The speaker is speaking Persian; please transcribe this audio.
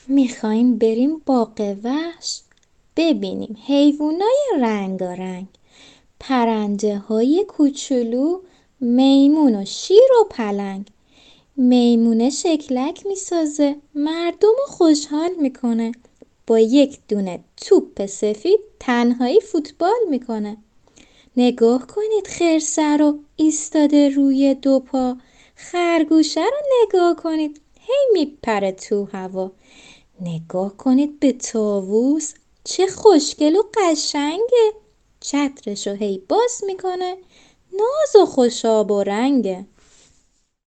میخوایم بریم باغ وحش ببینیم حیوانای رنگارنگ، پرنده های کوچولو، میمون و شیر و پلنگ. میمونه شکلک میسازه، مردم رو خوشحال میکنه. با یک دونه توپ سفید تنهایی فوتبال میکنه. نگاه کنید خرسه رو ایستاده روی دو پا. خرگوشه رو نگاه کنید هی میپره تو هوا. نگاه کنید به طاووس، چه خوشگل و قشنگه. چترشو هی باز میکنه، ناز و خوشاب و رنگه.